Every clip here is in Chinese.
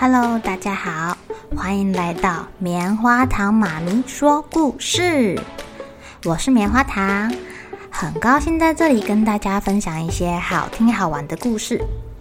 Hello， 大家好，欢迎来到棉花糖妈咪说故事。我是棉花糖，很高兴在这里跟大家分享一些好听好玩的故事。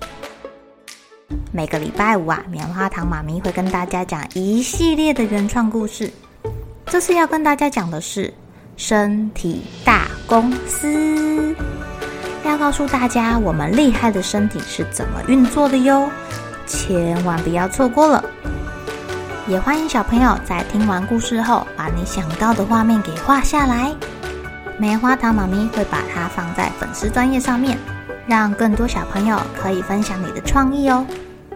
每个礼拜五棉花糖妈咪会跟大家讲一系列的原创故事。这次要跟大家讲的是身体大公司，要告诉大家我们厉害的身体是怎么运作的哟，千万不要错过了。也欢迎小朋友在听完故事后，把你想到的画面给画下来。棉花糖妈咪会把它放在粉丝专页上面，让更多小朋友可以分享你的创意哦。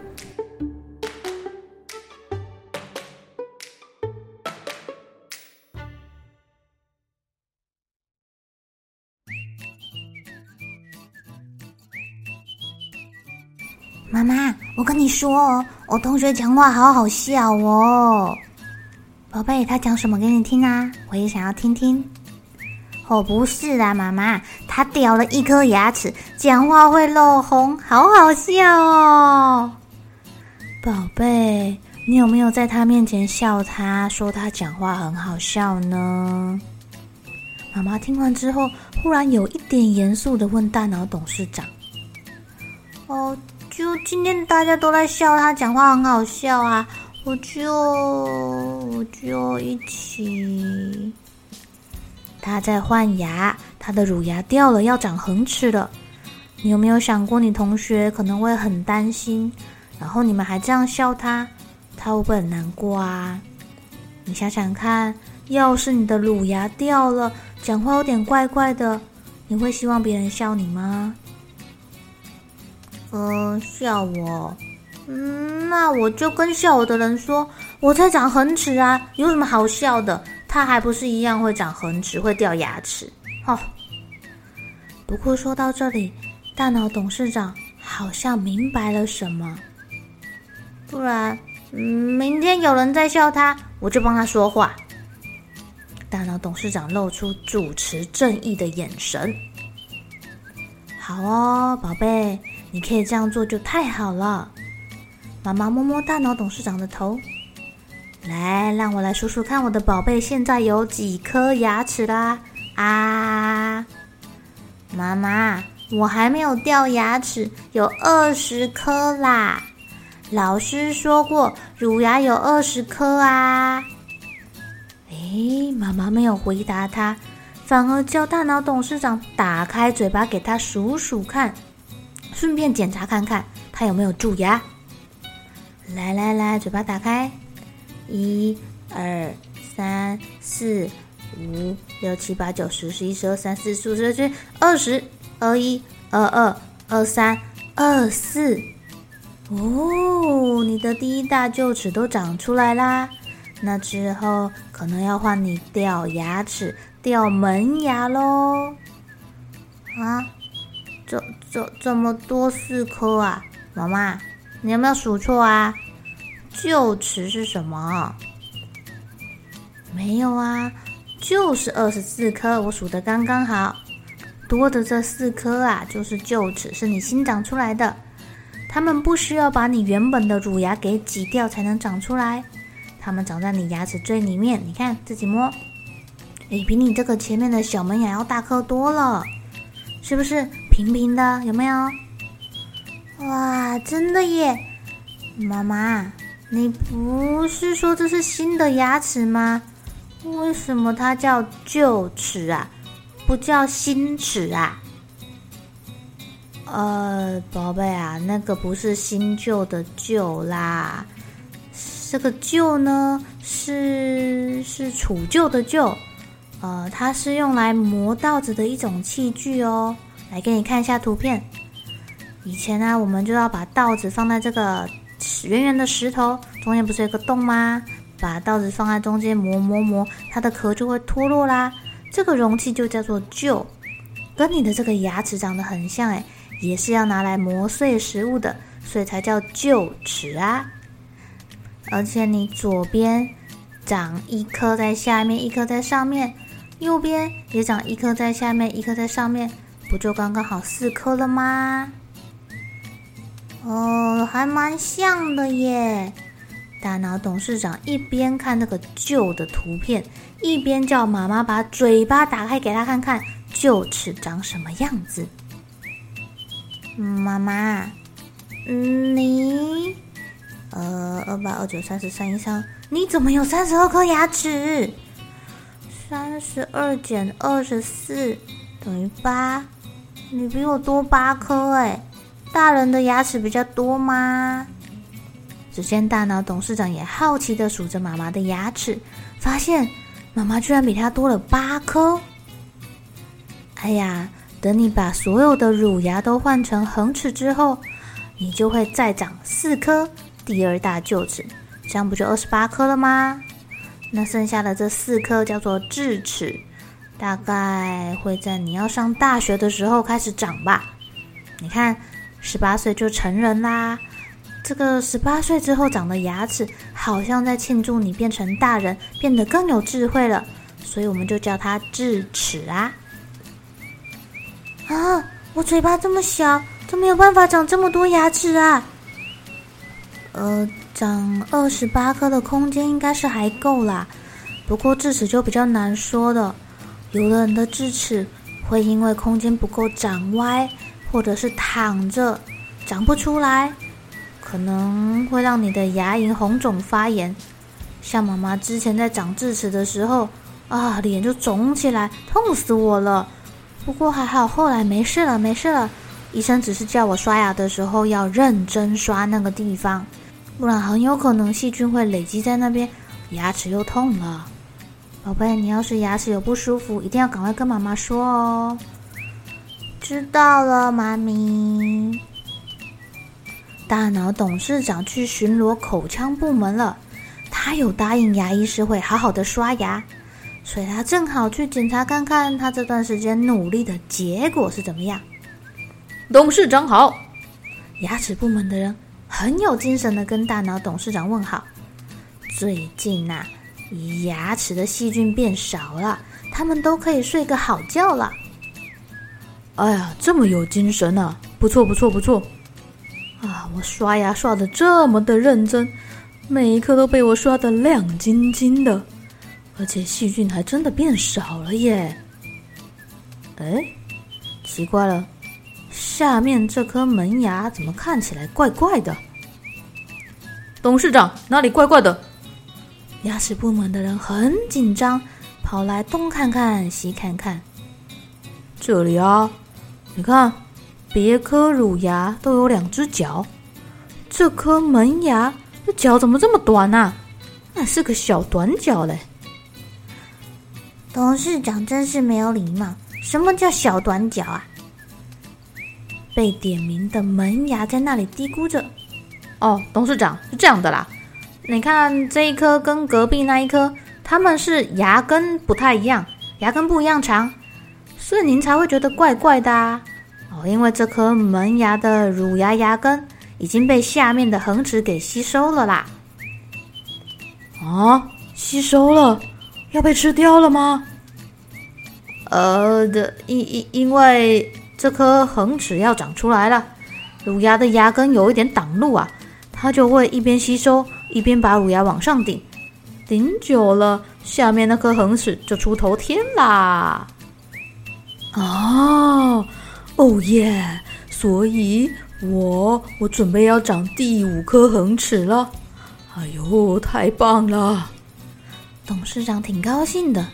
妈妈，我跟你说哦，我同学讲话好好笑哦。宝贝，他讲什么给你听啊？我也想要听听。哦，不是啦，妈妈，他掉了一颗牙齿，讲话会漏红，好好笑哦。宝贝，你有没有在他面前笑他，说他讲话很好笑呢？妈妈听完之后，忽然有一点严肃地问大脑董事长：就今天大家都在笑他讲话很好笑啊，我就一起。他在换牙，他的乳牙掉了，要长恒齿了。你有没有想过，你同学可能会很担心，然后你们还这样笑他，他会不会很难过啊？你想想看，要是你的乳牙掉了，讲话有点怪怪的，你会希望别人笑你吗？笑我？那我就跟笑我的人说，我在长恒齿啊，有什么好笑的？他还不是一样会长恒齿，会掉牙齿。不过说到这里，大脑董事长好像明白了什么。不然，明天有人在笑他，我就帮他说话。大脑董事长露出主持正义的眼神。好哦，宝贝，你可以这样做就太好了。妈妈摸摸大脑董事长的头，来，让我来数数看我的宝贝现在有几颗牙齿啦。妈妈，我还没有掉牙齿，有20颗啦。老师说过乳牙有20颗啊。妈妈没有回答他，反而叫大脑董事长打开嘴巴给他数数看，顺便检查看看他有没有蛀牙。来，嘴巴打开，1、2、3、4、5、6、7、8、9、10、11、12、13、14、15、16、17、20、21、22、23、24。你的第一大臼齿都长出来啦，那之后可能要换你掉牙齿、掉门牙咯。这么多4颗啊，妈妈，你有没有数错啊？臼齿是什么？没有啊，就是24颗，我数得刚刚好。多的这4颗啊，就是臼齿，是你新长出来的。它们不需要把你原本的乳牙给挤掉才能长出来，它们长在你牙齿最里面。你看，自己摸，比你这个前面的小门牙要大颗多了，是不是平平的？有没有？哇，真的耶！妈妈，你不是说这是新的牙齿吗？为什么它叫臼齿啊，不叫新齿啊？宝贝啊，那个不是新旧的旧啦，这个臼呢是储臼的臼，它是用来磨稻子的一种器具哦。来给你看一下图片。以前呢，我们就要把稻子放在这个圆圆的石头中间，不是有个洞吗？把稻子放在中间磨，它的壳就会脱落啦。这个容器就叫做臼，跟你的这个牙齿长得很像也是要拿来磨碎食物的，所以才叫臼齿啊。而且你左边长1颗在下面，1颗在上面，右边也长1颗在下面，1颗在上面，不就刚刚好4颗了吗？ 还蛮像的耶。大脑董事长一边看那个旧的图片，一边叫妈妈把嘴巴打开给他看看臼齿长什么样子。妈妈，你28、29、30、31、32，你怎么有32颗牙齿？32减24等于8，你比我多8颗哎。大人的牙齿比较多吗？只见大脑董事长也好奇地数着妈妈的牙齿，发现妈妈居然比他多了8颗。哎呀，等你把所有的乳牙都换成恒齿之后，你就会再长4颗第二大臼齿，这样不就28颗了吗？那剩下的这4颗叫做智齿，大概会在你要上大学的时候开始长吧。你看，18岁就成人啦，这个18岁之后长的牙齿好像在庆祝你变成大人，变得更有智慧了，所以我们就叫它智齿啊。我嘴巴这么小，怎么有办法长这么多牙齿啊？长28颗的空间应该是还够啦，不过智齿就比较难说了。有的人的智齿会因为空间不够长歪，或者是躺着长不出来，可能会让你的牙龈红肿发炎。像妈妈之前在长智齿的时候脸就肿起来，痛死我了。不过还好后来没事了，医生只是叫我刷牙的时候要认真刷那个地方，不然很有可能细菌会累积在那边，牙齿又痛了。宝贝，你要是牙齿有不舒服，一定要赶快跟妈妈说哦。知道了，妈咪。大脑董事长去巡逻口腔部门了，他有答应牙医师会好好的刷牙，所以他正好去检查看看他这段时间努力的结果是怎么样。 董事长好。 牙齿部门的人很有精神的跟大脑董事长问好。最近牙齿的细菌变少了，他们都可以睡个好觉了。 哎呀，这么有精神啊，不错。我刷牙刷得这么的认真，每一颗都被我刷得亮晶晶的，而且细菌还真的变少了耶。奇怪了，下面这颗门牙怎么看起来怪怪的？董事长，哪里怪怪的？ 牙齿部门的人很紧张，跑来东看看西看看。 这里啊，你看，别颗乳牙都有2只脚，这颗门牙这脚怎么这么短啊？那是个小短脚嘞。 董事长真是没有礼貌，什么叫小短脚啊？被点名的门牙在那里嘀咕着。 董事长，是这样的啦，你看这一颗跟隔壁那一颗，他们是牙根不太一样，牙根不一样长，所以您才会觉得怪怪的啊。因为这颗门牙的乳牙牙根已经被下面的恒齿给吸收了啦。吸收了？要被吃掉了吗？因为这颗恒齿要长出来了，乳牙的牙根有一点挡路啊，它就会一边吸收一边把乳牙往上顶，顶久了，下面那颗恒齿就出头天啦。耶！所以我准备要长第5颗恒齿了。哎呦，太棒了！ 董事长挺高兴的。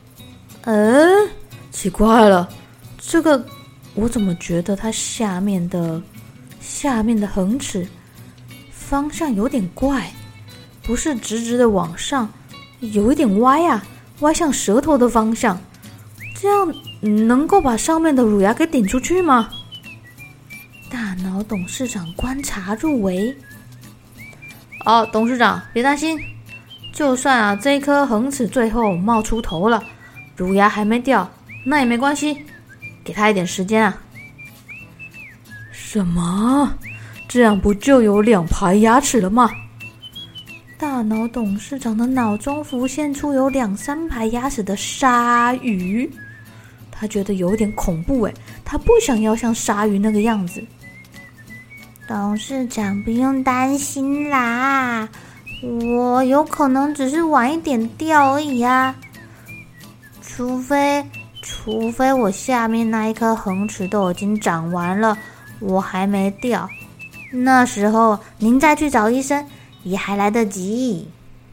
奇怪了，这个我怎么觉得它下面的恒齿方向有点怪，不是直直的往上，有一点歪啊，歪向舌头的方向，这样能够把上面的乳牙给顶出去吗？ 大脑董事长观察入微。 董事长别担心，就算这一颗恒齿最后冒出头了，乳牙还没掉，那也没关系，给他一点时间啊。什么？这样不就有2排牙齿了吗？ 大脑董事长的脑中浮现出有2、3排牙齿的鲨鱼， 他觉得有点恐怖他不想要像鲨鱼那个样子。 董事长不用担心啦，我有可能只是晚一点掉而已啊。除非我下面那一颗恒齿都已经长完了，我还没掉，那时候您再去找医生也还来得及。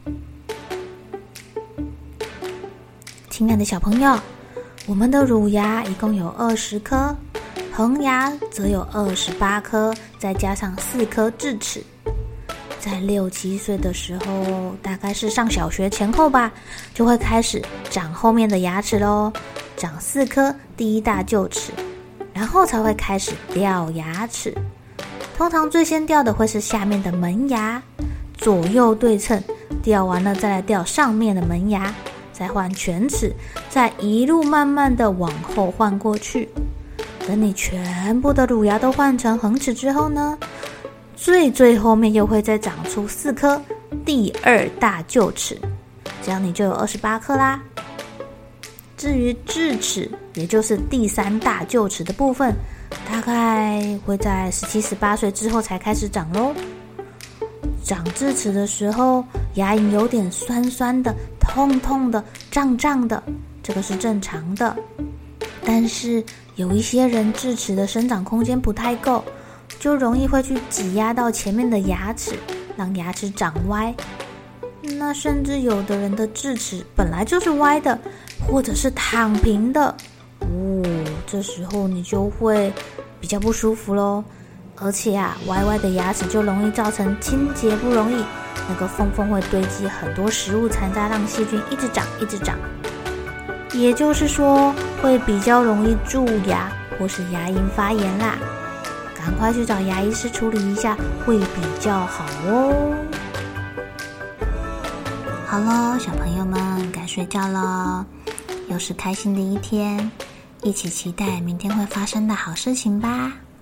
亲爱的小朋友，我们的乳牙一共有20颗，恒牙则有28颗，再加上4颗智齿。在6、7岁的时候，大概是上小学前后吧，就会开始长后面的牙齿咯，长4颗第一大臼齿，然后才会开始掉牙齿。通常最先掉的会是下面的门牙，左右对称，掉完了再来掉上面的门牙，再换全齿，再一路慢慢的往后换过去。等你全部的乳牙都换成恒齿之后呢，最后面又会再长出4颗第2大臼齿，这样你就有28颗啦。至于智齿，也就是第3大臼齿的部分，大概会在17、18岁之后才开始长咯。长智齿的时候，牙龈有点酸酸的、痛痛的、胀胀的，这个是正常的。但是有一些人智齿的生长空间不太够，就容易会去挤压到前面的牙齿，让牙齿长歪。那甚至有的人的智齿本来就是歪的，或者是躺平的，这时候你就会比较不舒服咯。而且歪歪的牙齿就容易造成清洁不容易，那个缝会堆积很多食物残渣，让细菌一直长。也就是说，会比较容易蛀牙或是牙龈发炎啦。赶快去找牙医师处理一下，会比较好哦。 好咯，小朋友们该睡觉咯，又是开心的一天，一起期待明天会发生的好事情吧。